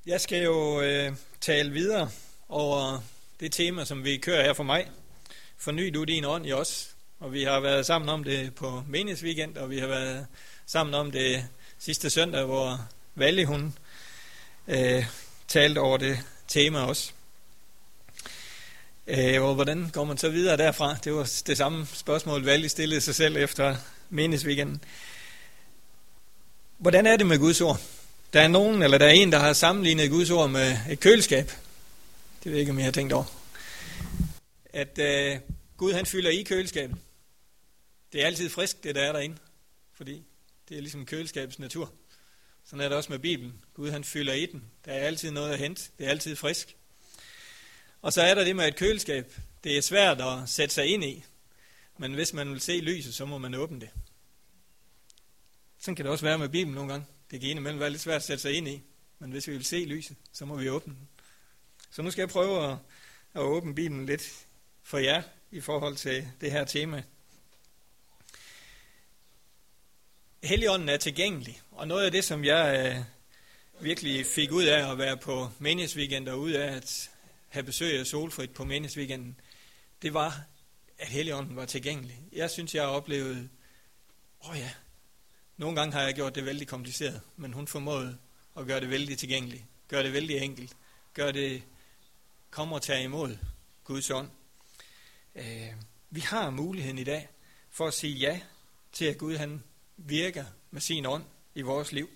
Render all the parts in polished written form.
Jeg skal jo tale videre over det tema, som vi kører her for mig. Forny du din ånd i os. Og vi har været sammen om det på menighedsweekend, og vi har været sammen om det sidste søndag, hvor Valle hun talte over det tema også. Og hvordan går man så videre derfra? Det var det samme spørgsmål, Valle stillede sig selv efter menighedsweekenden. Hvordan er det med Guds ord? Der er en, der har sammenlignet Guds ord med et køleskab. Det ved jeg ikke, om jeg har tænkt over. At Gud han fylder i køleskabet. Det er altid frisk, det der er derinde. Fordi det er ligesom køleskabets natur. Sådan er det også med Bibelen. Gud han fylder i den. Der er altid noget at hente. Det er altid frisk. Og så er der det med et køleskab. Det er svært at sætte sig ind i. Men hvis man vil se lyset, så må man åbne det. Sådan kan det også være med Bibelen nogle gange. Det kan indimellem være lidt svært at sætte sig ind i. Men hvis vi vil se lyset, så må vi åbne den. Så nu skal jeg prøve at åbne Bibelen lidt for jer i forhold til det her tema. Helligånden er tilgængelig. Og noget af det, som jeg virkelig fik ud af at være på menighedsweekend og ud af at have besøg af Solfrit på menighedsweekenden, det var, at Helligånden var tilgængelig. Jeg synes, jeg har oplevet, nogle gange har jeg gjort det vældig kompliceret, men hun formåede at gøre det vældig tilgængeligt, gøre det vældig enkelt, gøre det, kom og tage imod Guds ånd. Vi har muligheden i dag for at sige ja til, at Gud han virker med sin ånd i vores liv.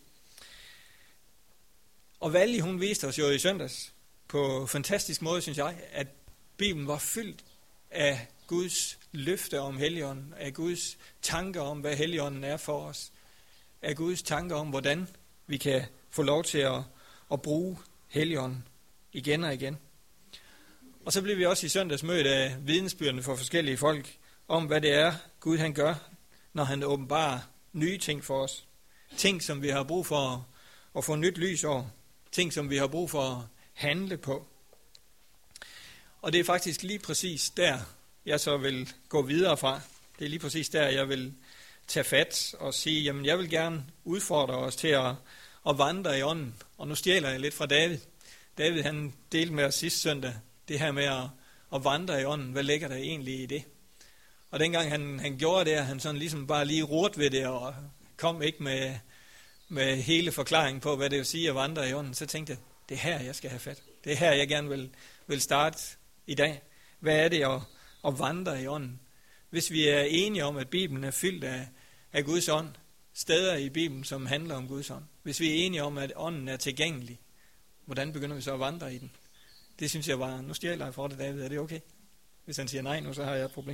Og Valle, hun viste os jo i søndags på fantastisk måde, synes jeg, at Bibelen var fyldt af Guds løfte om Helligånden, af Guds tanker om, hvad Helligånden er for os, af Guds tanker om, hvordan vi kan få lov til at bruge Helligånden igen og igen. Og så blev vi også i søndags mødt af vidensbyrdene for forskellige folk, om hvad det er, Gud han gør, når han åbenbarer nye ting for os. Ting, som vi har brug for at få nyt lys over. Ting, som vi har brug for at handle på. Og det er faktisk lige præcis der, jeg så vil gå videre fra. Det er lige præcis der, jeg vil tage fat og sige, jamen jeg vil gerne udfordre os til at vandre i ånden. Og nu stjæler jeg lidt fra David. David han delte med os sidste søndag det her med at vandre i ånden. Hvad ligger der egentlig i det? Og dengang han gjorde det, han sådan ligesom bare lige rurte ved det og kom ikke med hele forklaringen på, hvad det vil sige at vandre i ånden, så tænkte jeg, det er her, jeg skal have fat. Det er her, jeg gerne vil starte i dag. Hvad er det at vandre i ånden? Hvis vi er enige om, at Bibelen er fyldt af Guds ånd, steder i Bibelen, som handler om Guds ånd. Hvis vi er enige om, at ånden er tilgængelig, hvordan begynder vi så at vandre i den? Det synes jeg var, nu stjæler jeg for det, David, er det okay? Hvis han siger nej nu, så har jeg et problem.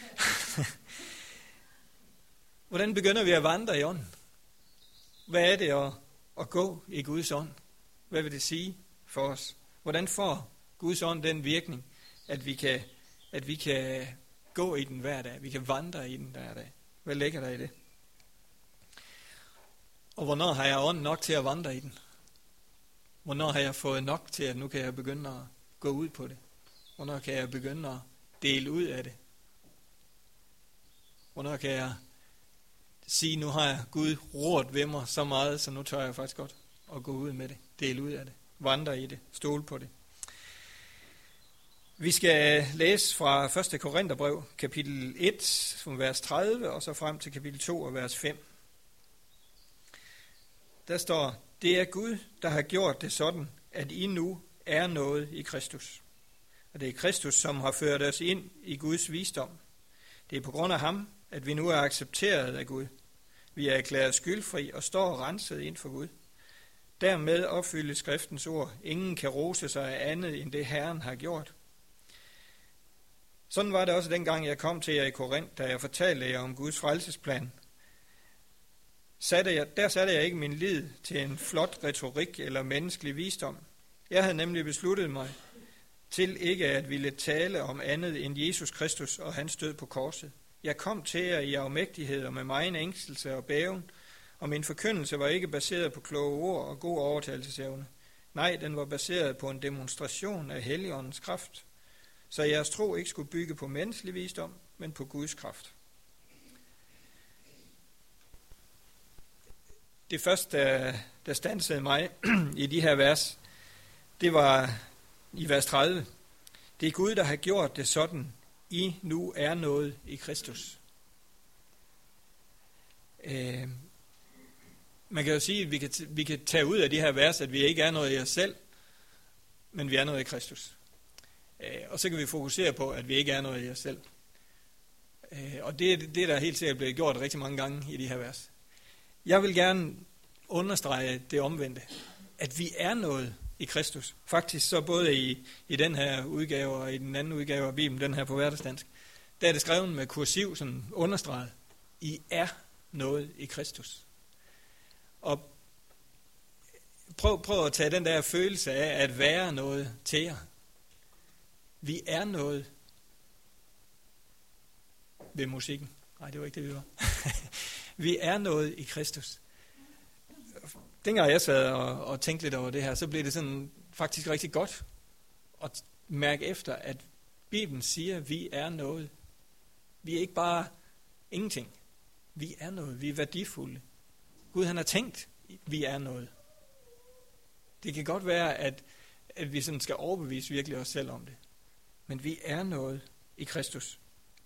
Hvordan begynder vi at vandre i ånden? Hvad er det at gå i Guds ånd? Hvad vil det sige for os? Hvordan får Guds ånd den virkning, at vi kan gå i den hver dag? Vi kan vandre i den hver dag. Hvad ligger der i det? Og hvornår har jeg ånden nok til at vandre i den? Hvornår har jeg fået nok til, at nu kan jeg begynde at gå ud på det? Hvornår kan jeg begynde at dele ud af det? Hvornår kan jeg sige, nu har jeg Gud rørt ved mig så meget, så nu tør jeg faktisk godt at gå ud med det, dele ud af det, vandre i det, stole på det. Vi skal læse fra 1. Korintherbrev, kapitel 1, vers 30, og så frem til kapitel 2, og vers 5. Der står, det er Gud, der har gjort det sådan, at I nu er noget i Kristus. Og det er Kristus, som har ført os ind i Guds visdom. Det er på grund af ham, at vi nu er accepteret af Gud. Vi er erklæret skyldfri og står renset ind for Gud. Dermed opfyldes skriftens ord. Ingen kan rose sig af andet, end det Herren har gjort. Sådan var det også dengang, jeg kom til jer i Korinth, da jeg fortalte jer om Guds frelsesplan. Der satte jeg ikke min lid til en flot retorik eller menneskelig visdom. Jeg havde nemlig besluttet mig til ikke at ville tale om andet end Jesus Kristus og hans død på korset. Jeg kom til jer i afmægtighed og med megen ængstelse og bæven, og min forkyndelse var ikke baseret på kloge ord og god overtagelsesevne. Nej, den var baseret på en demonstration af Helligåndens kraft, så jeres tro ikke skulle bygge på menneskelig visdom, men på Guds kraft. Det første, der standsede mig i de her vers, det var i vers 30. Det er Gud, der har gjort det sådan, I nu er noget i Kristus. Man kan jo sige, at vi kan tage ud af de her vers, at vi ikke er noget i os selv, men vi er noget i Kristus. Og så kan vi fokusere på, at vi ikke er noget i os selv. Og det er der helt sikkert blevet gjort rigtig mange gange i de her vers. Jeg vil gerne understrege det omvendte, at vi er noget i Kristus. Faktisk så både i den her udgave og i den anden udgave af Bibelen, den her på hverdagsdansk, der er det skrevet med kursiv, sådan understreget. I er noget i Kristus. Og prøv at tage den der følelse af at være noget til jer. Vi er noget ved musikken. Nej, det var ikke det, vi var. Vi er noget i Kristus. Dengang jeg sad og tænkte lidt over det her, så blev det sådan faktisk rigtig godt at mærke efter, at Bibelen siger, at vi er noget. Vi er ikke bare ingenting. Vi er noget. Vi er værdifulde. Gud han har tænkt, vi er noget. Det kan godt være, at vi sådan skal overbevise virkelig os selv om det. Men vi er noget i Kristus.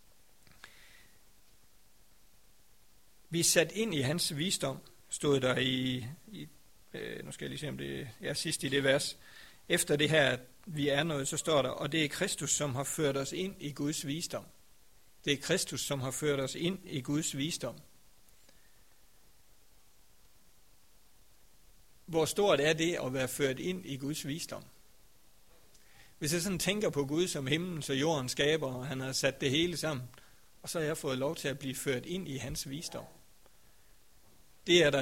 Vi er sat ind i hans visdom, stod der nu skal jeg lige se om det er sidst i det vers. Efter det her, vi er noget, så står der, og det er Kristus, som har ført os ind i Guds visdom. Det er Kristus, som har ført os ind i Guds visdom. Hvor stort er det at være ført ind i Guds visdom? Hvis jeg sådan tænker på Gud som himlen og jorden skaber, og han har sat det hele sammen, og så har jeg fået lov til at blive ført ind i hans visdom. Det er der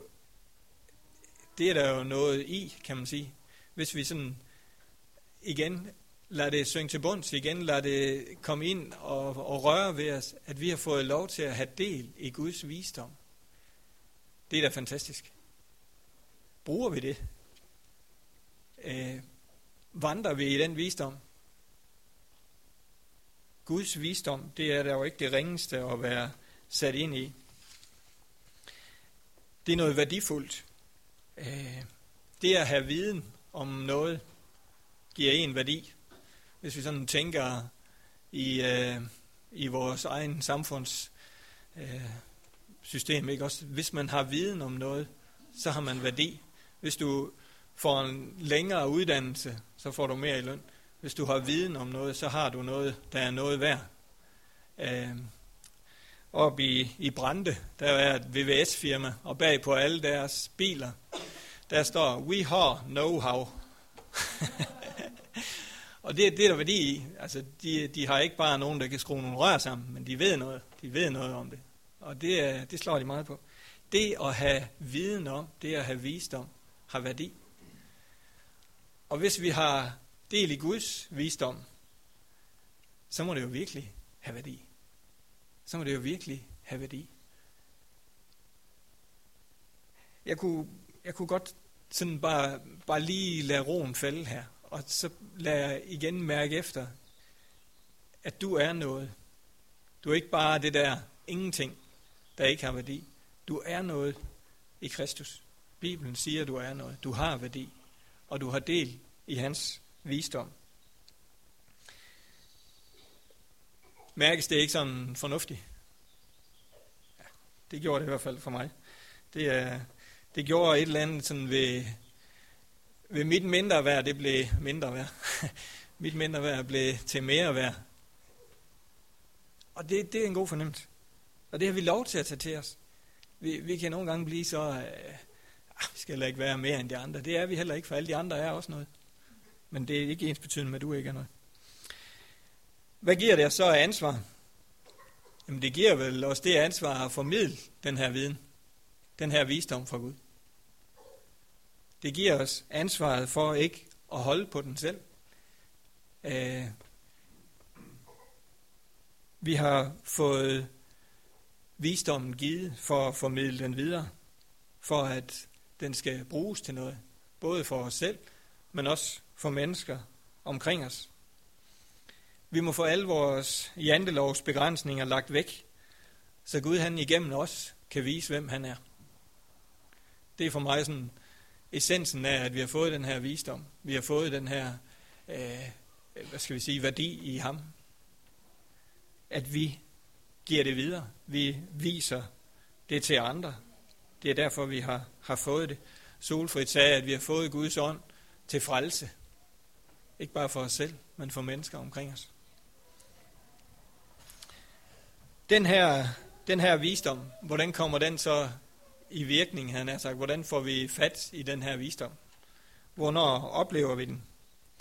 jo noget i, kan man sige. Hvis vi sådan igen lader det synge til bunds, igen lader det komme ind og røre ved os, at vi har fået lov til at have del i Guds visdom. Det er da fantastisk. Bruger vi det? Vandrer vi i den visdom? Guds visdom, det er da jo ikke det ringeste at være sat ind i. Det er noget værdifuldt. Det at have viden om noget giver en værdi. Hvis vi sådan tænker i vores egen samfundssystem, ikke også? Hvis man har viden om noget, så har man værdi. Hvis du får en længere uddannelse, så får du mere i løn. Hvis du har viden om noget, så har du noget, der er noget værd. Oppe i Brande, der er et VVS-firma, og bag på alle deres biler, der står, we har know-how. Og det er der værdi i. Altså, de har ikke bare nogen, der kan skrue nogle rør sammen, men de ved noget. De ved noget om det. Og det slår de meget på. Det at have viden om, det at have visdom, har værdi. Og hvis vi har del i Guds visdom, så må det jo virkelig have værdi. Så må det jo virkelig have værdi. Jeg kunne godt sådan bare lige lade roen falde her, og så lader jeg igen mærke efter, at du er noget. Du er ikke bare det der ingenting, der ikke har værdi. Du er noget i Kristus. Bibelen siger, at du er noget. Du har værdi, og du har del i hans visdom. Mærkes det ikke sådan fornuftigt? Ja, det gjorde det i hvert fald for mig. Det gjorde et eller andet sådan ved mit mindre værd, det blev mindre værd. Mit mindre værd blev til mere værd. Og det er en god fornemmelse. Og det har vi lov til at tage til os. Vi kan nogle gange blive så, vi skal heller ikke være mere end de andre. Det er vi heller ikke, for alle de andre er også noget. Men det er ikke ens betydende med, at du ikke er noget. Hvad giver det så af ansvar? Jamen det giver vel også det ansvar at formidle den her viden, den her visdom fra Gud. Det giver os ansvaret for ikke at holde på den selv. Vi har fået visdommen givet for at formidle den videre, for at den skal bruges til noget, både for os selv, men også for mennesker omkring os. Vi må få alle vores jantelovs begrænsninger lagt væk, så Gud han igennem os kan vise, hvem han er. Det er for mig sådan essensen af, at vi har fået den her visdom. Vi har fået den her, værdi i ham. At vi giver det videre. Vi viser det til andre. Det er derfor, vi har fået det. Solfrid sagde, at vi har fået Guds ånd til frelse. Ikke bare for os selv, men for mennesker omkring os. Den her visdom, hvordan kommer den så i virkning, han har sagt? Hvordan får vi fat i den her visdom? Hvornår oplever vi den?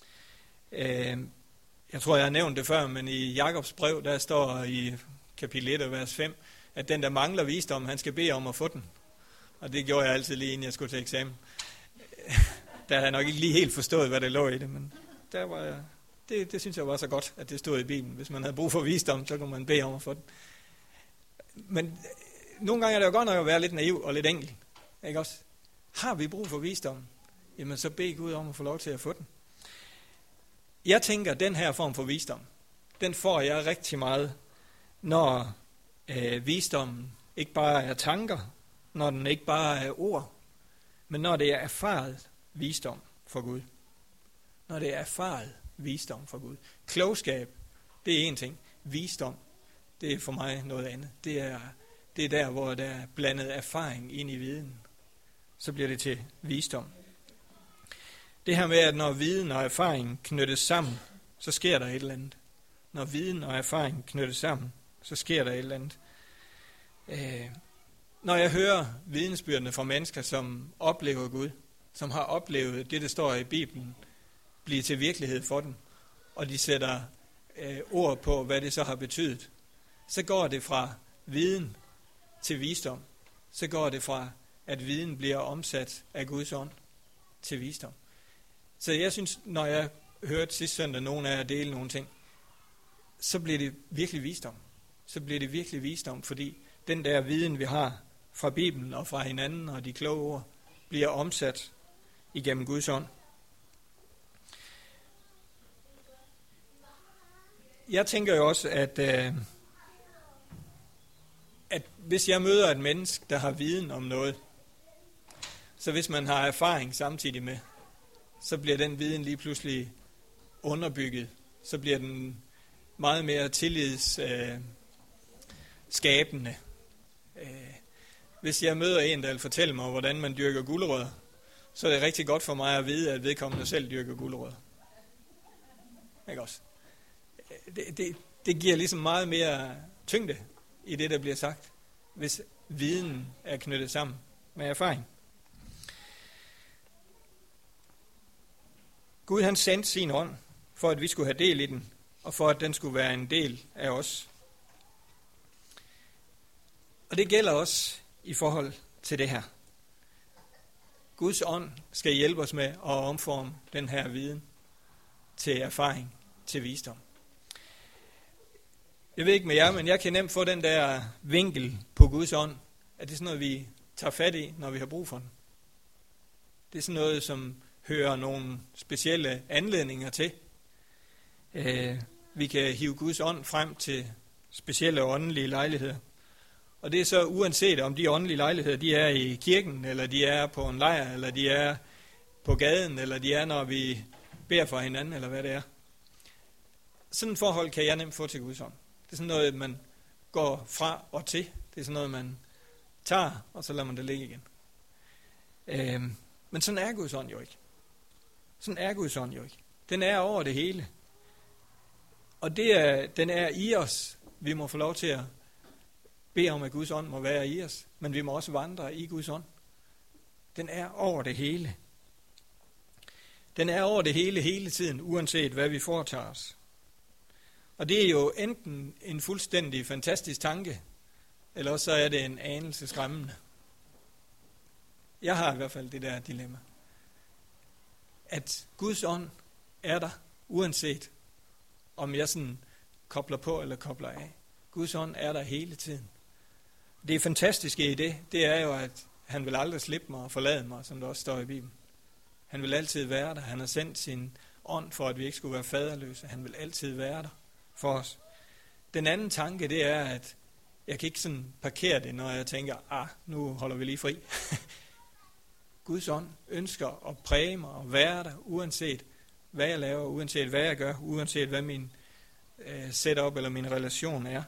Jeg tror, jeg har nævnt det før, men i Jakobs brev, der står i kapitel 1, vers 5, at den, der mangler visdom, han skal bede om at få den. Og det gjorde jeg altid lige inden jeg skulle til eksamen. Der havde jeg nok ikke lige helt forstået, hvad det lå i det, men der var jeg, det synes jeg var så godt, at det stod i Bibelen. Hvis man havde brug for visdom, så kunne man bede om at få den. Men nogle gange er det jo godt nok at være lidt naiv og lidt enkel. Ikke også? Har vi brug for visdom? Jamen så bed Gud om at få lov til at få den. Jeg tænker, at den her form for visdom, den får jeg rigtig meget, når visdommen ikke bare er tanker, når den ikke bare er ord, men når det er erfaret visdom for Gud. Når det er erfaret visdom for Gud. Klogskab, det er en ting. Visdom, det er for mig noget andet. Det er der, hvor der er blandet erfaring ind i viden. Så bliver det til visdom. Det her med, at når viden og erfaring knyttes sammen, så sker der et eller andet. Når viden og erfaring knyttes sammen, så sker der et eller andet. Når jeg hører vidensbyrdene fra mennesker, som oplever Gud, som har oplevet det, der står i Bibelen, blive til virkelighed for dem, og de sætter ord på, hvad det så har betydet, så går det fra viden til visdom. Så går det fra, at viden bliver omsat af Guds ånd til visdom. Så jeg synes, når jeg hørte sidste søndag nogen af jer dele nogle ting, så bliver det virkelig visdom. Så bliver det virkelig visdom, fordi den der viden, vi har fra Bibelen og fra hinanden og de kloge ord, bliver omsat igennem Guds ånd. Jeg tænker jo også, at hvis jeg møder et menneske, der har viden om noget, så hvis man har erfaring samtidig med, så bliver den viden lige pludselig underbygget. Så bliver den meget mere tillidsskabende. Hvis jeg møder en, der vil fortælle mig, hvordan man dyrker gulerødder, så er det rigtig godt for mig at vide, at vedkommende selv dyrker gulerødder. Ikke også? Det giver ligesom meget mere tyngde i det, der bliver sagt, hvis viden er knyttet sammen med erfaring. Gud han sendte sin ånd, for at vi skulle have del i den, og for at den skulle være en del af os. Og det gælder også i forhold til det her. Guds ånd skal hjælpe os med at omforme den her viden til erfaring, til visdom. Jeg ved ikke med jer, men jeg kan nemt få den der vinkel på Guds ånd, at det er sådan noget, vi tager fat i, når vi har brug for den. Det er sådan noget, som hører nogle specielle anledninger til. Vi kan hive Guds ånd frem til specielle åndelige lejligheder. Og det er så uanset om de åndelige lejligheder, de er i kirken, eller de er på en lejr, eller de er på gaden, eller de er, når vi beder for hinanden, eller hvad det er. Sådan et forhold kan jeg nemt få til Guds ånd. Det er sådan noget, man går fra og til. Det er sådan noget, man tager, og så lader man det ligge igen. Men sådan er Guds ånd jo ikke. Sådan er Guds ånd jo ikke. Den er over det hele. Og den er i os. Vi må få lov til at bede om, at Guds ånd må være i os. Men vi må også vandre i Guds ånd. Den er over det hele. Den er over det hele tiden, uanset hvad vi foretager os. Og det er jo enten en fuldstændig fantastisk tanke, eller også så er det en anelse skræmmende. Jeg har i hvert fald det der dilemma. At Guds ånd er der, uanset om jeg sådan kobler på eller kobler af. Guds ånd er der hele tiden. Det fantastiske i det er jo, at han vil aldrig slippe mig og forlade mig, som der også står i Bibelen. Han vil altid være der. Han har sendt sin ånd for, at vi ikke skulle være faderløse. Han vil altid være der for os. Den anden tanke, det er, at jeg kan ikke sådan parkere det, når jeg tænker, nu holder vi lige fri. Guds ånd ønsker at præge mig og være der, uanset hvad jeg laver, uanset hvad jeg gør, uanset hvad min setup eller min relation er.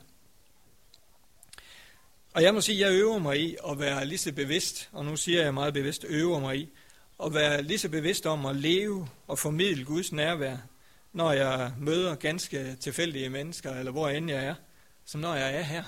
Og jeg må sige, at jeg øver mig i at være lige så bevidst, og nu siger jeg meget bevidst, øver mig i, at være lige så bevidst om at leve og formidle Guds nærvær, når jeg møder ganske tilfældige mennesker, eller hvor end jeg er, som når jeg er her.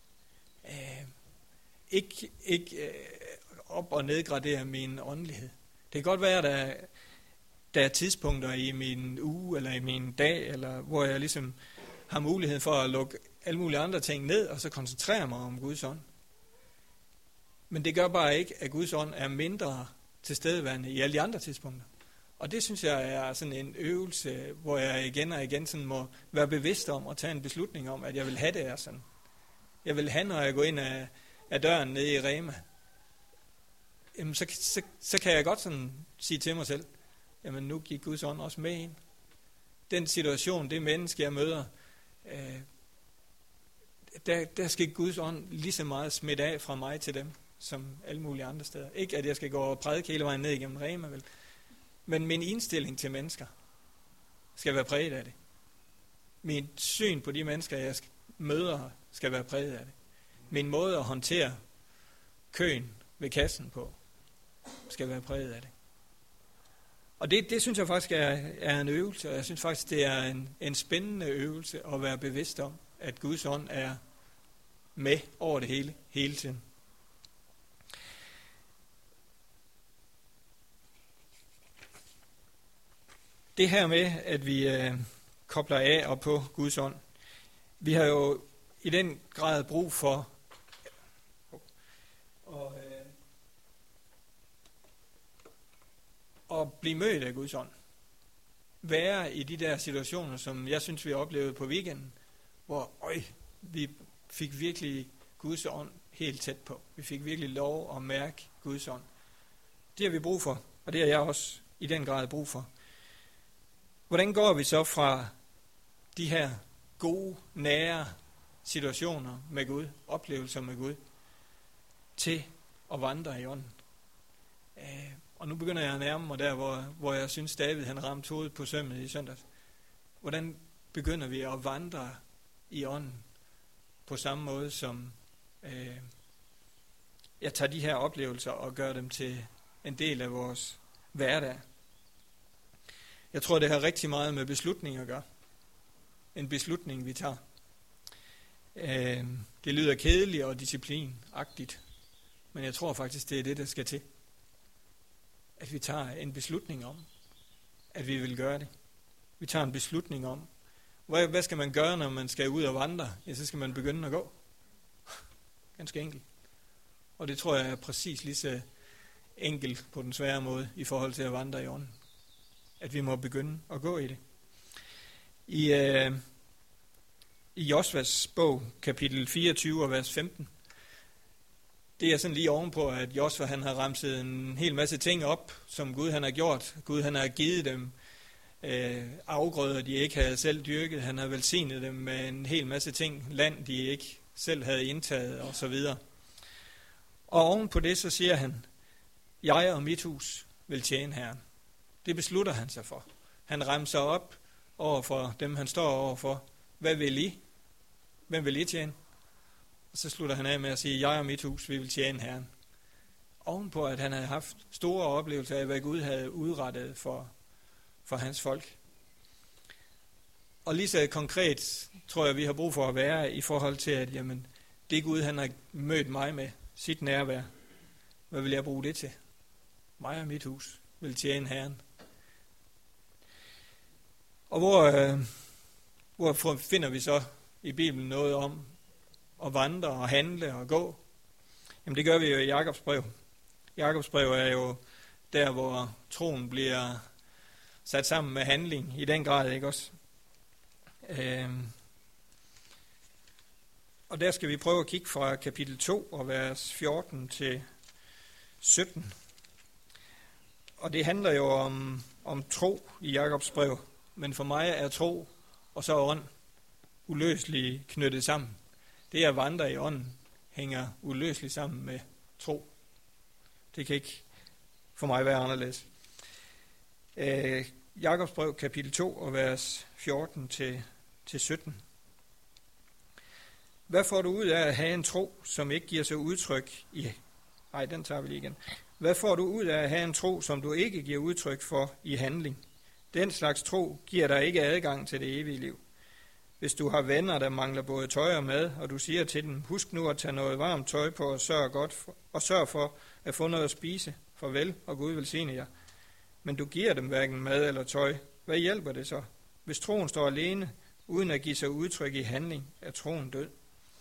Ikke op- og nedgradere min åndelighed. Det kan godt være, at der er tidspunkter i min uge, eller i min dag, eller hvor jeg ligesom har mulighed for at lukke alle mulige andre ting ned, og så koncentrere mig om Guds ånd. Men det gør bare ikke, at Guds ånd er mindre tilstedeværende i alle de andre tidspunkter. Og det synes jeg er sådan en øvelse, hvor jeg igen og igen sådan må være bevidst om og tage en beslutning om, at jeg vil have det her sådan. Jeg vil have, når jeg går ind af døren nede i Rema, jamen så kan jeg godt sådan sige til mig selv, jamen nu gik Guds ånd også med ind. Den situation, det menneske, jeg møder, der skal Guds ånd lige så meget smitte af fra mig til dem, som alle mulige andre steder. Ikke at jeg skal gå og prædike hele vejen ned igennem Rema, vel? Men min indstilling til mennesker skal være præget af det. Min syn på de mennesker, jeg møder, skal være præget af det. Min måde at håndtere køen ved kassen på, skal være præget af det. Og det synes jeg faktisk er en øvelse, og jeg synes faktisk, det er en spændende øvelse at være bevidst om, at Guds ånd er med over det hele tiden. Det her med, at vi kobler af og på Guds ånd, vi har jo i den grad brug for at blive mødt af Guds ånd. Være i de der situationer, som jeg synes, vi oplevede på weekenden, hvor vi fik virkelig Guds ånd helt tæt på. Vi fik virkelig lov at mærke Guds ånd. Det har vi brug for, og det har jeg også i den grad brug for. Hvordan går vi så fra de her gode, nære situationer med Gud, oplevelser med Gud, til at vandre i ånden? Og nu begynder jeg at nærme mig der, hvor jeg synes, David han ramte hovedet på sømmet i søndags. Hvordan begynder vi at vandre i ånden på samme måde, som jeg tager de her oplevelser og gør dem til en del af vores hverdag? Jeg tror, det har rigtig meget med beslutning at gøre. En beslutning, vi tager. Det lyder kedeligt og disciplinagtigt, men jeg tror faktisk, det er det, der skal til. At vi tager en beslutning om, at vi vil gøre det. Vi tager en beslutning om, hvad skal man gøre, når man skal ud og vandre? Ja, så skal man begynde at gå. Ganske enkelt. Og det tror jeg er præcis lige så enkelt på den svære måde i forhold til at vandre i ånden. At vi må begynde at gå i det. I Josvas bog, kapitel 24 og vers 15, det er sådan lige ovenpå, at Josva han har remset en hel masse ting op, som Gud han har gjort. Gud han har givet dem afgrøder, de ikke havde selv dyrket. Han har velsignet dem med en hel masse ting, land de ikke selv havde indtaget osv. Og ovenpå det så siger han, jeg og mit hus vil tjene Herren. Det beslutter han sig for. Han remser op over for dem, han står overfor. Hvad vil I? Hvem vil I tjene? Og så slutter han af med at sige, jeg og mit hus, vi vil tjene Herren. Ovenpå, at han havde haft store oplevelser af, hvad Gud havde udrettet for hans folk. Og lige så konkret, tror jeg, vi har brug for at være i forhold til, at jamen, det Gud, han har mødt mig med, sit nærvær, hvad vil jeg bruge det til? Mig og mit hus vil tjene Herren. Og hvor finder vi så i Bibelen noget om at vandre og handle og gå? Jamen det gør vi jo i Jakobs brev. Jakobs brev er jo der, hvor troen bliver sat sammen med handling i den grad, ikke også? Og der skal vi prøve at kigge fra kapitel 2 og vers 14 til 17. Og det handler jo om tro i Jakobs brev. Men for mig er tro og så ånd uløseligt knyttet sammen. Det at vandre i ånden hænger uløseligt sammen med tro. Det kan ikke for mig være anderledes. Jakobs brev, kapitel 2, og vers 14-17. Hvad får du ud af at have en tro, som ikke giver sig udtryk i... Nej, den tager vi lige igen. Hvad får du ud af at have en tro, som du ikke giver udtryk for i handling? Den slags tro giver dig ikke adgang til det evige liv. Hvis du har venner, der mangler både tøj og mad, og du siger til dem, husk nu at tage noget varmt tøj på og sørg for at få noget at spise, farvel og Gud velsigne jer. Men du giver dem hverken mad eller tøj. Hvad hjælper det så? Hvis troen står alene, uden at give sig udtryk i handling, er troen død.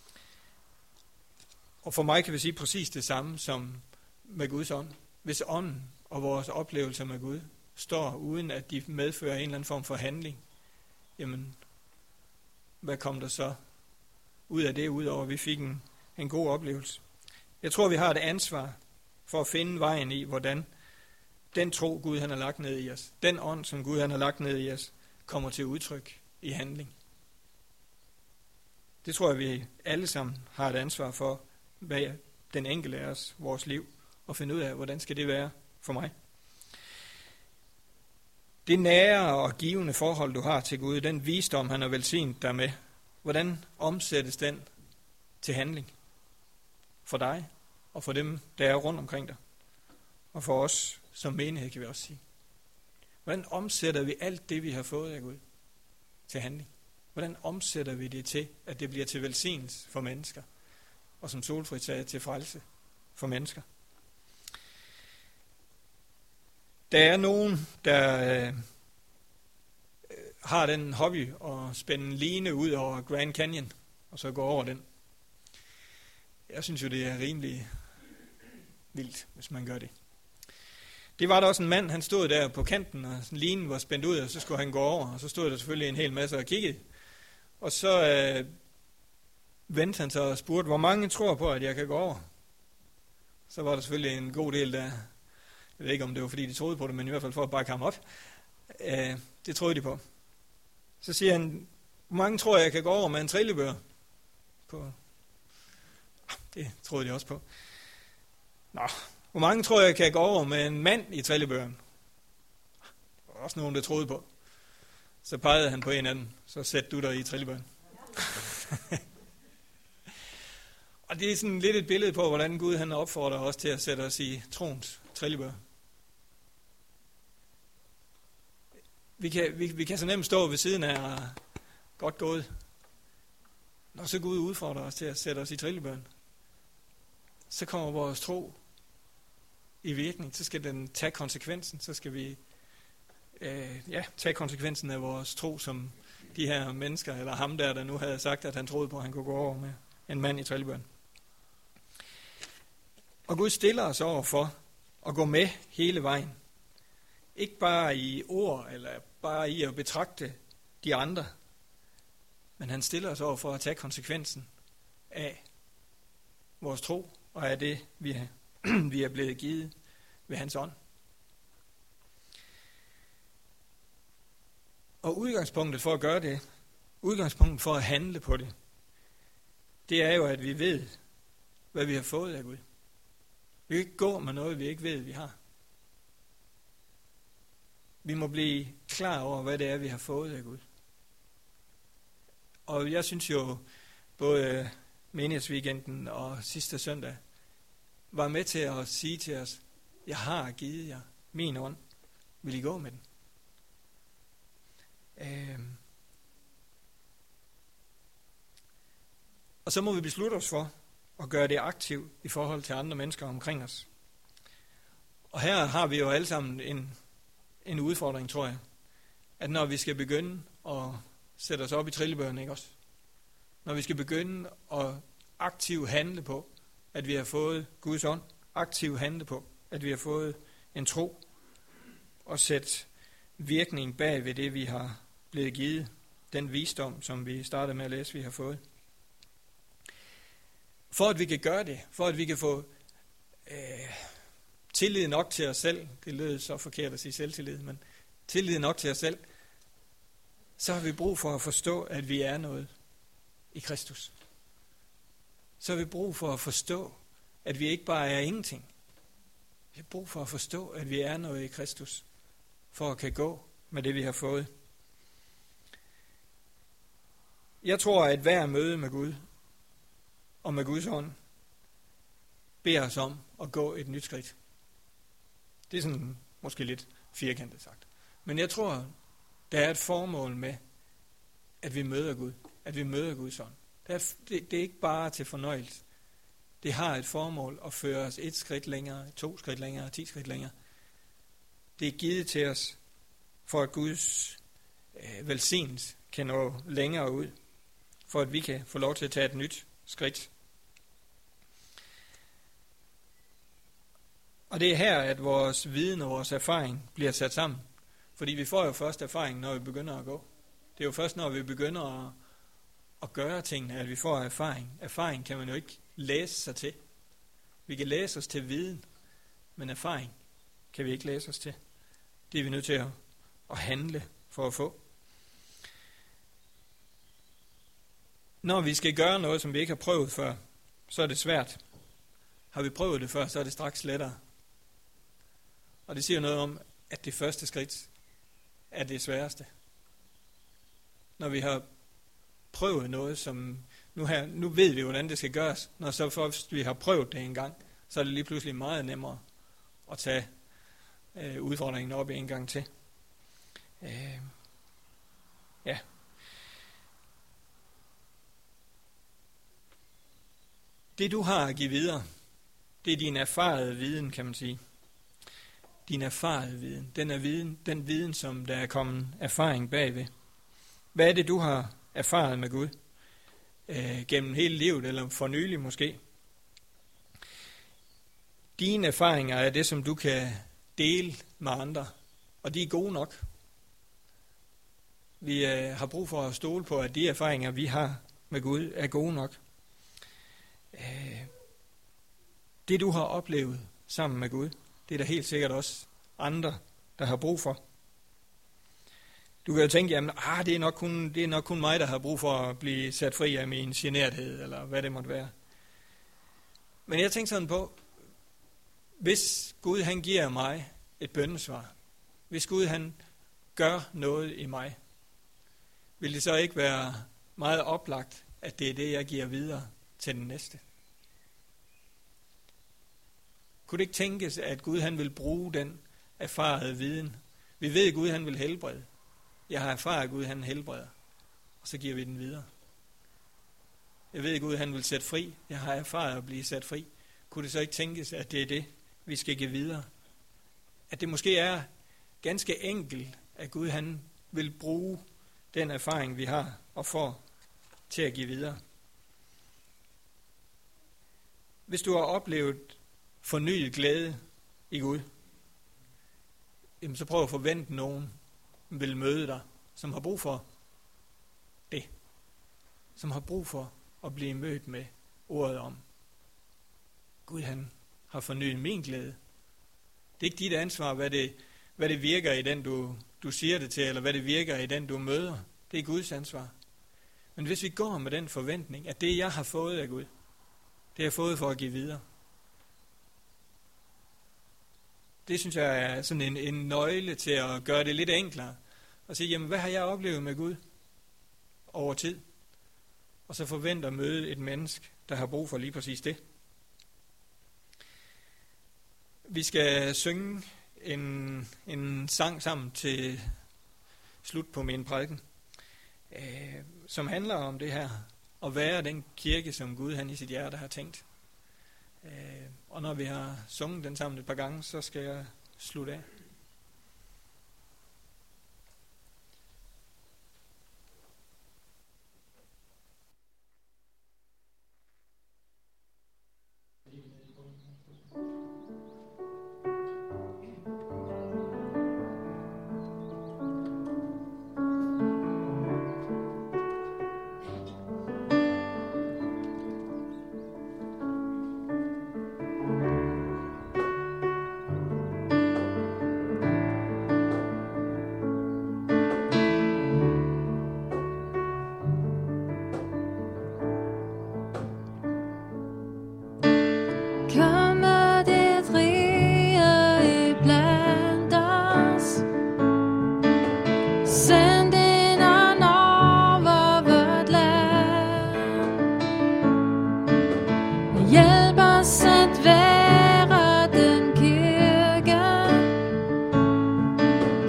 Og for mig kan vi sige præcis det samme som med Guds ånd. Hvis ånden og vores oplevelser med Gud står uden at de medfører en eller anden form for handling, jamen, hvad kom der så ud af det, udover at vi fik en god oplevelse? Jeg tror, vi har et ansvar for at finde vejen i, hvordan den tro, Gud han har lagt ned i os, den ånd, som Gud han har lagt ned i os, kommer til udtryk i handling. Det tror jeg, vi alle sammen har et ansvar for, hvad den enkelte af os, vores liv, og finde ud af, hvordan skal det være for mig. Det nære og givende forhold, du har til Gud, den visdom, han har velsignet dig med, hvordan omsættes den til handling? For dig og for dem, der er rundt omkring dig. Og for os som menighed, kan vi også sige. Hvordan omsætter vi alt det, vi har fået af Gud, til handling? Hvordan omsætter vi det til, at det bliver til velsignelse for mennesker? Og som Solfrid sagde, til frelse for mennesker? Der er nogen, der har den hobby at spænde en line ud over Grand Canyon, og så gå over den. Jeg synes jo, det er rimelig vildt, hvis man gør det. Det var der også en mand, han stod der på kanten, og linen var spændt ud, og så skulle han gå over, og så stod der selvfølgelig en hel masse og kiggede. Og så vendte han sig og spurgte, hvor mange tror på, at jeg kan gå over? Så var der selvfølgelig en god del, der, jeg ved ikke om det var fordi de troede på det, men i hvert fald for at bakke ham op. Det troede de på. Så siger han, hvor mange tror jeg kan gå over med en trillebør? Det troede de også på. Nå, hvor mange tror jeg kan gå over med en mand i trillebøren? Der var også nogen, der troede på. Så pegede han på en af dem, så sæt du dig i trillebøren. Og det er sådan lidt et billede på, hvordan Gud han opfordrer os til at sætte os i troens trillebør. Vi kan så nemt stå ved siden af og godt gået. Når så Gud udfordrer os til at sætte os i trillebøren, så kommer vores tro i virkning. Så skal den tage konsekvensen. Så skal vi tage konsekvensen af vores tro, som de her mennesker, eller ham der nu havde sagt, at han troede på, at han kunne gå over med en mand i trillebøren. Og Gud stiller os over for at gå med hele vejen. Ikke bare i ord, eller bare i at betragte de andre, men han stiller os over for at tage konsekvensen af vores tro, og af det, vi er blevet givet ved hans ånd. Og udgangspunktet for at gøre det, udgangspunktet for at handle på det, det er jo, at vi ved, hvad vi har fået af Gud. Vi kan ikke gå med noget, vi ikke ved, vi har. Vi må blive klar over, hvad det er, vi har fået af Gud. Og jeg synes jo, både menighedsweekenden og sidste søndag, var med til at sige til os, jeg har givet jer min ånd. Vil I gå med den? Og så må vi beslutte os for at gøre det aktivt i forhold til andre mennesker omkring os. Og her har vi jo alle sammen en udfordring, tror jeg. At når vi skal begynde at sætte os op i trillebøren, ikke også? Når vi skal begynde at aktivt handle på, at vi har fået Guds ånd, aktivt handle på, at vi har fået en tro, og sætte virkning bag ved det, vi har blevet givet, den visdom, som vi startede med at læse, vi har fået. For at vi kan gøre det, for at vi kan få tillid nok til os selv, det lød så forkert at sige selvtillid, men tillid nok til os selv, så har vi brug for at forstå, at vi er noget i Kristus. Så har vi brug for at forstå, at vi ikke bare er ingenting. Vi har brug for at forstå, at vi er noget i Kristus, for at kan gå med det, vi har fået. Jeg tror, at hver møde med Gud og med Guds ånd beder os om at gå et nyt skridt. Det er sådan måske lidt firkantet sagt. Men jeg tror, der er et formål med, at vi møder Gud. At vi møder Guds ånd. Det er ikke bare til fornøjelse. Det har et formål at føre os 1 skridt længere, 2 skridt længere, 10 skridt længere. Det er givet til os, for at Guds velsignelse kan nå længere ud. For at vi kan få lov til at tage et nyt skridt. Og det er her, at vores viden og vores erfaring bliver sat sammen. Fordi vi får jo først erfaring, når vi begynder at gå. Det er jo først, når vi begynder at gøre tingene, at vi får erfaring. Erfaring kan man jo ikke læse sig til. Vi kan læse os til viden, men erfaring kan vi ikke læse os til. Det er vi nødt til at handle for at få. Når vi skal gøre noget, som vi ikke har prøvet før, så er det svært. Har vi prøvet det før, så er det straks lettere. Og det siger noget om, at det første skridt er det sværeste. Når vi har prøvet noget, som nu ved vi, hvordan det skal gøres. Når så først vi har prøvet det en gang, så er det lige pludselig meget nemmere at tage udfordringen op en gang til. Ja. Det du har at give videre, det er din erfarede viden, kan man sige. Din erfarede viden. Den viden, som der er kommet erfaring bagved. Hvad er det, du har erfaret med Gud? Gennem hele livet, eller for nylig måske. Dine erfaringer er det, som du kan dele med andre. Og de er gode nok. Vi har brug for at stole på, at de erfaringer, vi har med Gud, er gode nok. Det du har oplevet sammen med Gud, det er der helt sikkert også andre, der har brug for. Du kan jo tænke, jamen, det er nok kun mig, der har brug for at blive sat fri af min generthed, eller hvad det måtte være. Men jeg tænker sådan på, hvis Gud han giver mig et bønnesvar, hvis Gud han gør noget i mig, vil det så ikke være meget oplagt, at det er det, jeg giver videre til den næste? Kunne det ikke tænkes, at Gud han vil bruge den erfarede viden? Vi ved, at Gud han vil helbrede. Jeg har erfaret, at Gud han helbreder. Og så giver vi den videre. Jeg ved, at Gud han vil sætte fri. Jeg har erfaret at blive sat fri. Kunne det så ikke tænkes, at det er det, vi skal give videre? At det måske er ganske enkelt, at Gud han vil bruge den erfaring, vi har og får til at give videre. Hvis du har oplevet fornyet glæde i Gud, jamen så prøv at forvente nogen vil møde dig, som har brug for det. Som har brug for at blive mødt med ordet om. Gud han har fornyet min glæde. Det er ikke dit ansvar, hvad det virker i den, du siger det til, eller hvad det virker i den, du møder. Det er Guds ansvar. Men hvis vi går med den forventning, at det jeg har fået af Gud, det har jeg fået for at give videre. Det synes jeg er sådan en nøgle til at gøre det lidt enklere. Og sige, jamen hvad har jeg oplevet med Gud over tid? Og så forventer at møde et menneske, der har brug for lige præcis det. Vi skal synge en sang sammen til slut på min prædiken, som handler om det her, at være den kirke, som Gud han i sit hjerte har tænkt. Og når vi har sunget den sammen et par gange, så skal jeg slutte af.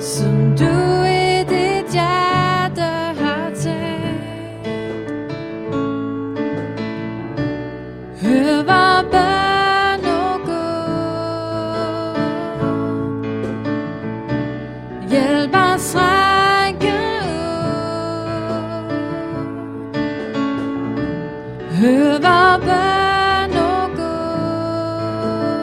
som du i dit hjerte har tænkt. Hør vor bøn, o Gud. Hjælp os række ud. Hør vor bøn, o Gud.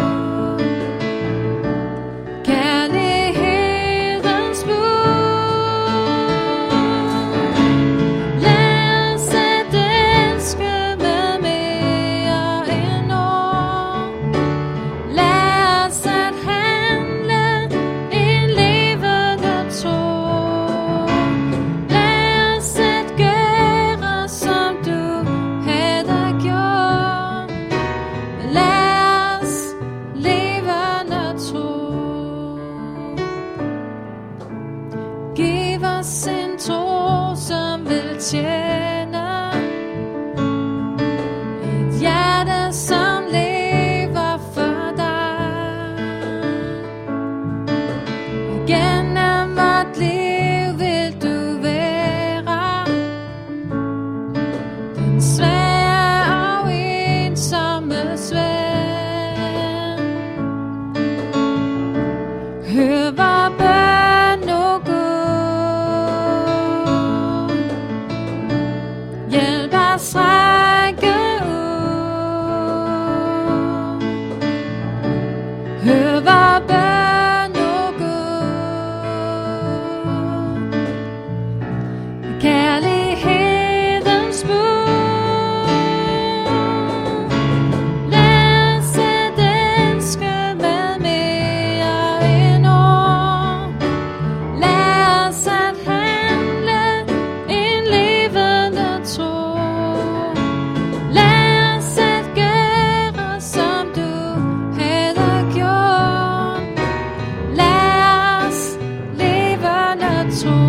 Kærlighedens bud. Lad os at elske med mere end ord. Lad os at handle en levende tro. Lad os at gøre som du havde gjort. Lad os levende tro. Giv os en tro, som vil tjene. Et hjerte, som lever for dig. Gennem vort liv vil du være den svære og ensomme svend. Hør vor bøn, o Gud. Hjælp os række ud. Hør vor bøn, o Gud. Kærlighedens bud. Lad os at elske med mere end ord. Lad os at handle en levende tro. Lad os at gøre som du havde gjort. Lad os levende tro.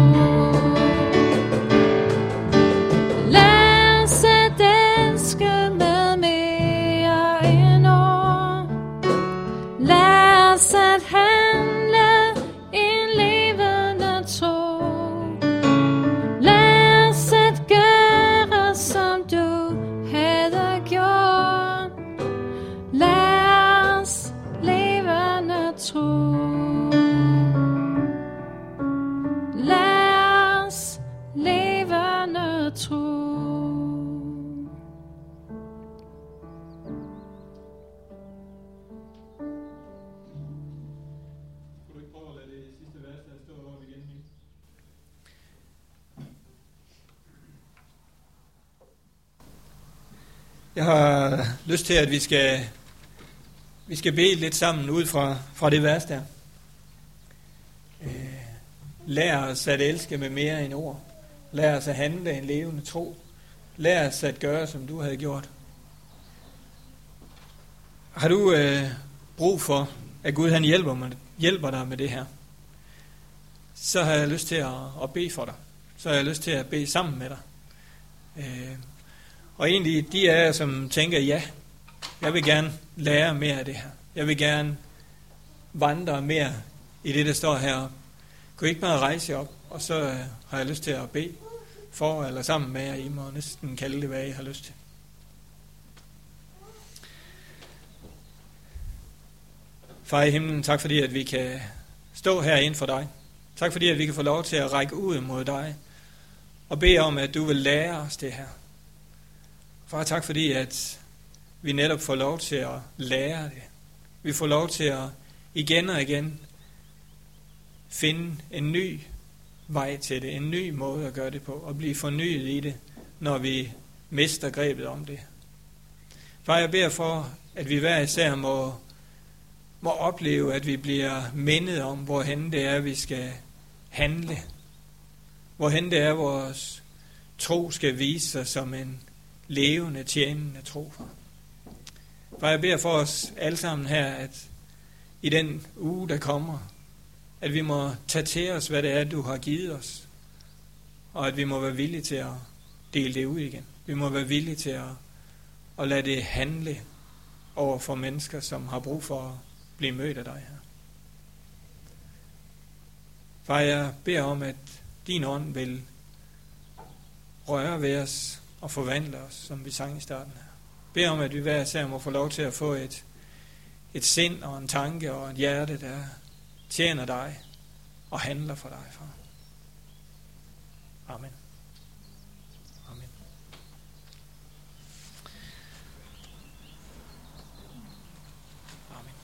Lad os at elske med mere end ord. Lad os at handle en levende tro. Lad os at gøre som du havde gjort. Lad os levende tro. Lad os levende tro. Kunne du ikke prøve at lade det sidste vers der stå op igen? Jeg har lyst til, at vi skal bede lidt sammen ud fra det vers der. Lær os at elske med mere end ord. Lær os at handle en levende tro. Lær os at gøre, som du havde gjort. Har du brug for, at Gud han hjælper dig med det her, så har jeg lyst til at bede for dig. Så har jeg lyst til at bede sammen med dig. Og egentlig de af jer, som tænker, ja, jeg vil gerne lære mere af det her. Jeg vil gerne vandre mere i det, der står heroppe. Kunne I ikke bare rejse jer op, og så har jeg lyst til at bede for eller sammen med jer. I må næsten kalde det, hvad I har lyst til. Far i himlen, tak fordi, at vi kan stå herinde for dig. Tak fordi, at vi kan få lov til at række ud mod dig og bede om, at du vil lære os det her. Far, tak fordi, at vi netop får lov til at lære det. Vi får lov til at igen og igen finde en ny vej til det, en ny måde at gøre det på, og blive fornyet i det, når vi mister grebet om det. Far, jeg beder for, at vi hver især må opleve, at vi bliver mindet om, hvorhen det er, vi skal handle. Hvorhen det er, vores tro skal vise sig som en levende, tjenende tro. Far, jeg beder for os alle sammen her, at i den uge, der kommer, at vi må tage til os, hvad det er, du har givet os, og at vi må være villige til at dele det ud igen. Vi må være villige til at lade det handle over for mennesker, som har brug for at blive mødt af dig her. Far, jeg beder om, at din ånd vil røre ved os og forvandle os, som vi sang i starten her. Jeg beder om, at vi hver især må få lov til at få et sind og en tanke og et hjerte, der tjener dig og handler for dig, far. Amen.